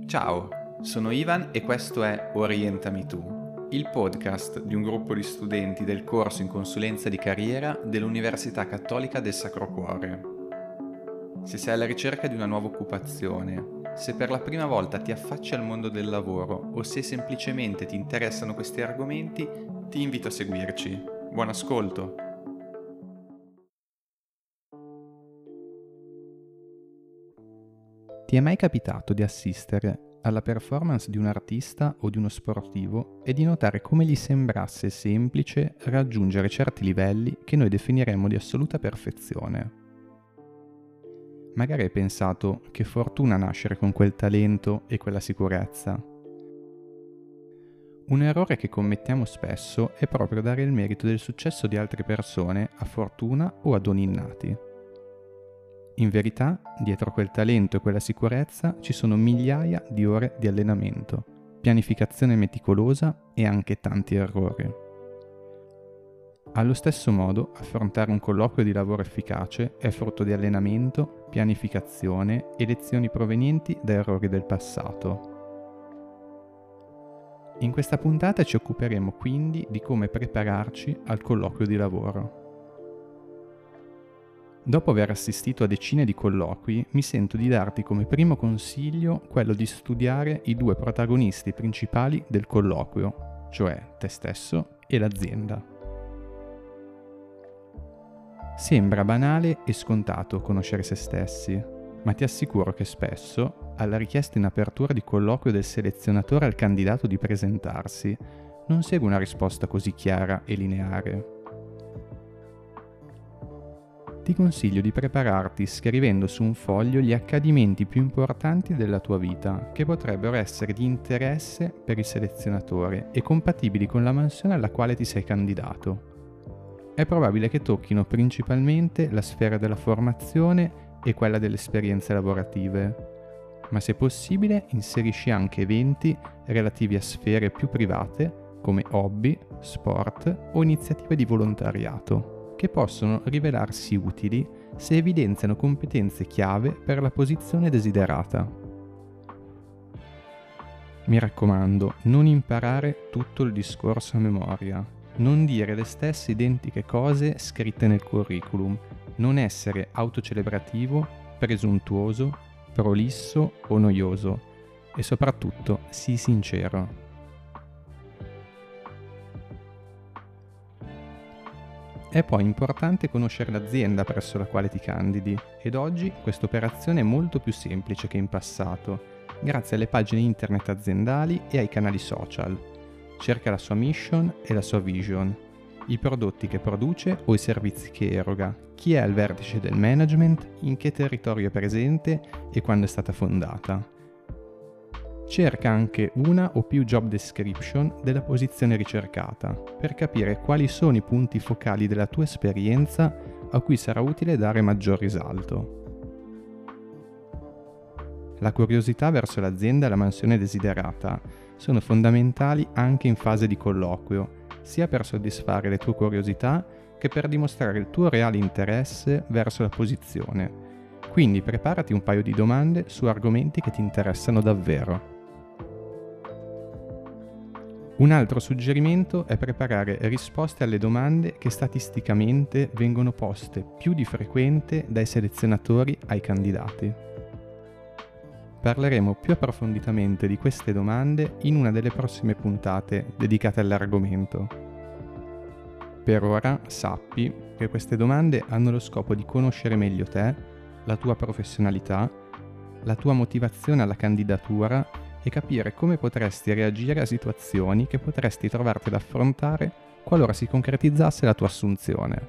Ciao, sono Ivan e questo è Orientami Tu, il podcast di un gruppo di studenti del corso in consulenza di carriera dell'Università Cattolica del Sacro Cuore. Se sei alla ricerca di una nuova occupazione, se per la prima volta ti affacci al mondo del lavoro o se semplicemente ti interessano questi argomenti, ti invito a seguirci. Buon ascolto! Ti è mai capitato di assistere alla performance di un artista o di uno sportivo e di notare come gli sembrasse semplice raggiungere certi livelli che noi definiremmo di assoluta perfezione? Magari hai pensato che fortuna nascere con quel talento e quella sicurezza. Un errore che commettiamo spesso è proprio dare il merito del successo di altre persone a fortuna o a doni innati. In verità, dietro quel talento e quella sicurezza ci sono migliaia di ore di allenamento, pianificazione meticolosa e anche tanti errori. Allo stesso modo, affrontare un colloquio di lavoro efficace è frutto di allenamento, pianificazione e lezioni provenienti da errori del passato. In questa puntata ci occuperemo quindi di come prepararci al colloquio di lavoro. Dopo aver assistito a decine di colloqui, mi sento di darti come primo consiglio quello di studiare i due protagonisti principali del colloquio, cioè te stesso e l'azienda. Sembra banale e scontato conoscere se stessi, ma ti assicuro che spesso, alla richiesta in apertura di colloquio del selezionatore al candidato di presentarsi, non segue una risposta così chiara e lineare. Ti consiglio di prepararti scrivendo su un foglio gli accadimenti più importanti della tua vita che potrebbero essere di interesse per il selezionatore e compatibili con la mansione alla quale ti sei candidato. È probabile che tocchino principalmente la sfera della formazione e quella delle esperienze lavorative, ma se possibile inserisci anche eventi relativi a sfere più private come hobby, sport o iniziative di volontariato, che possono rivelarsi utili se evidenziano competenze chiave per la posizione desiderata. Mi raccomando, non imparare tutto il discorso a memoria, non dire le stesse identiche cose scritte nel curriculum, non essere autocelebrativo, presuntuoso, prolisso o noioso e soprattutto sii sincero. È poi importante conoscere l'azienda presso la quale ti candidi ed oggi questa operazione è molto più semplice che in passato, grazie alle pagine internet aziendali e ai canali social. Cerca la sua mission e la sua vision, i prodotti che produce o i servizi che eroga, chi è al vertice del management, in che territorio è presente e quando è stata fondata. Cerca anche una o più job description della posizione ricercata per capire quali sono i punti focali della tua esperienza a cui sarà utile dare maggior risalto. La curiosità verso l'azienda e la mansione desiderata sono fondamentali anche in fase di colloquio, sia per soddisfare le tue curiosità che per dimostrare il tuo reale interesse verso la posizione. Quindi preparati un paio di domande su argomenti che ti interessano davvero. Un altro suggerimento è preparare risposte alle domande che statisticamente vengono poste più di frequente dai selezionatori ai candidati. Parleremo più approfonditamente di queste domande in una delle prossime puntate dedicate all'argomento. Per ora sappi che queste domande hanno lo scopo di conoscere meglio te, la tua professionalità, la tua motivazione alla candidatura e capire come potresti reagire a situazioni che potresti trovarti ad affrontare qualora si concretizzasse la tua assunzione.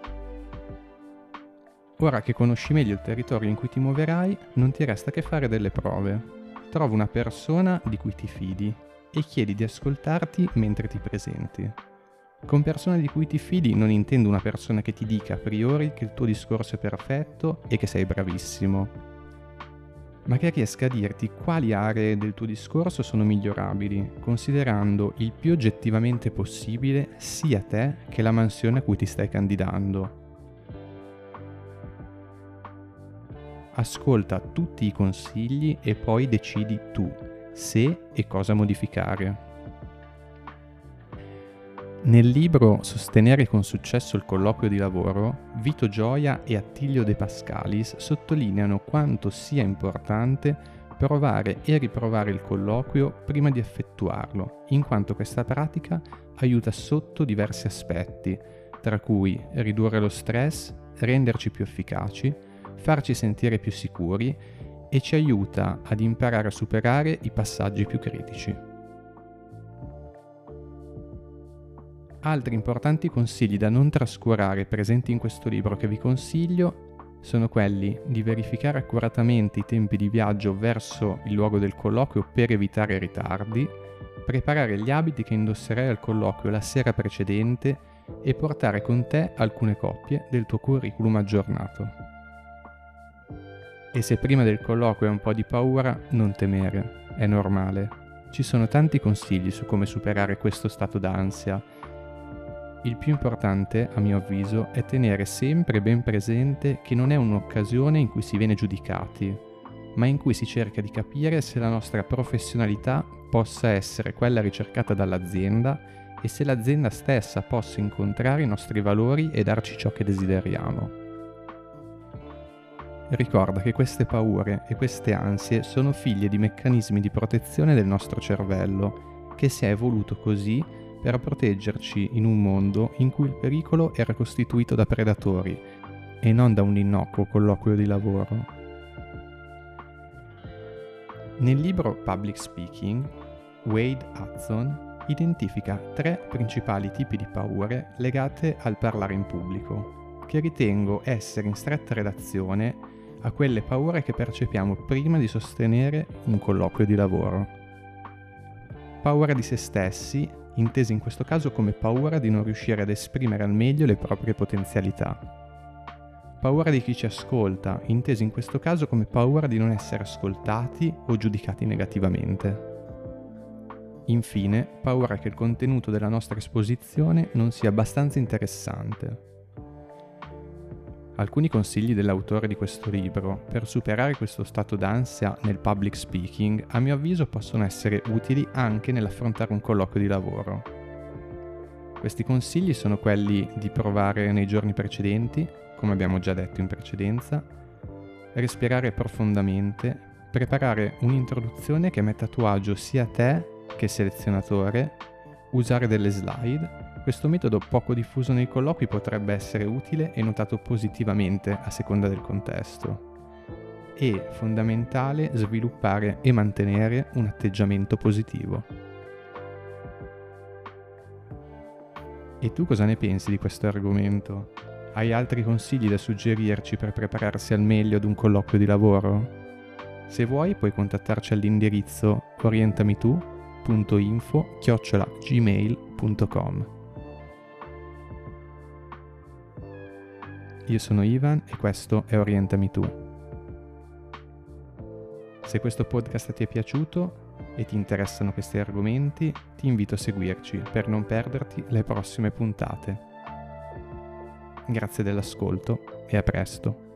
Ora che conosci meglio il territorio in cui ti muoverai, non ti resta che fare delle prove. Trova una persona di cui ti fidi e chiedi di ascoltarti mentre ti presenti. Con persone di cui ti fidi non intendo una persona che ti dica a priori che il tuo discorso è perfetto e che sei bravissimo, ma che riesca a dirti quali aree del tuo discorso sono migliorabili, considerando il più oggettivamente possibile sia te che la mansione a cui ti stai candidando. ascolta tutti i consigli e poi decidi tu se e cosa modificare. Nel libro Sostenere con successo il colloquio di lavoro, Vito Gioia e Attilio De Pascalis sottolineano quanto sia importante provare e riprovare il colloquio prima di effettuarlo, in quanto questa pratica aiuta sotto diversi aspetti, tra cui ridurre lo stress, renderci più efficaci, farci sentire più sicuri e ci aiuta ad imparare a superare i passaggi più critici. Altri importanti consigli da non trascurare presenti in questo libro che vi consiglio sono quelli di verificare accuratamente i tempi di viaggio verso il luogo del colloquio per evitare ritardi, preparare gli abiti che indosserai al colloquio la sera precedente e portare con te alcune copie del tuo curriculum aggiornato. E se prima del colloquio hai un po' di paura, non temere, è normale. Ci sono tanti consigli su come superare questo stato d'ansia. Il più importante, a mio avviso, è tenere sempre ben presente che non è un'occasione in cui si viene giudicati, ma in cui si cerca di capire se la nostra professionalità possa essere quella ricercata dall'azienda e se l'azienda stessa possa incontrare i nostri valori e darci ciò che desideriamo. Ricorda che queste paure e queste ansie sono figlie di meccanismi di protezione del nostro cervello, che si è evoluto così per proteggerci in un mondo in cui il pericolo era costituito da predatori e non da un innocuo colloquio di lavoro. Nel libro Public Speaking, Wade Hudson identifica 3 principali tipi di paure legate al parlare in pubblico, che ritengo essere in stretta relazione a quelle paure che percepiamo prima di sostenere un colloquio di lavoro. Paura di se stessi, intesa in questo caso come paura di non riuscire ad esprimere al meglio le proprie potenzialità. Paura di chi ci ascolta, intesa in questo caso come paura di non essere ascoltati o giudicati negativamente. Infine, paura che il contenuto della nostra esposizione non sia abbastanza interessante. Alcuni consigli dell'autore di questo libro per superare questo stato d'ansia nel public speaking, a mio avviso, possono essere utili anche nell'affrontare un colloquio di lavoro. Questi consigli sono quelli di provare nei giorni precedenti, come abbiamo già detto in precedenza, respirare profondamente, preparare un'introduzione che metta a tuo agio sia te che il selezionatore, usare delle slide. Questo metodo poco diffuso nei colloqui potrebbe essere utile e notato positivamente a seconda del contesto. È fondamentale sviluppare e mantenere un atteggiamento positivo. E tu cosa ne pensi di questo argomento? Hai altri consigli da suggerirci per prepararsi al meglio ad un colloquio di lavoro? Se vuoi puoi contattarci all'indirizzo orientamitu.info@gmail.com. Io sono Ivan e questo è Orientami Tu. Se questo podcast ti è piaciuto e ti interessano questi argomenti, ti invito a seguirci per non perderti le prossime puntate. Grazie dell'ascolto e a presto.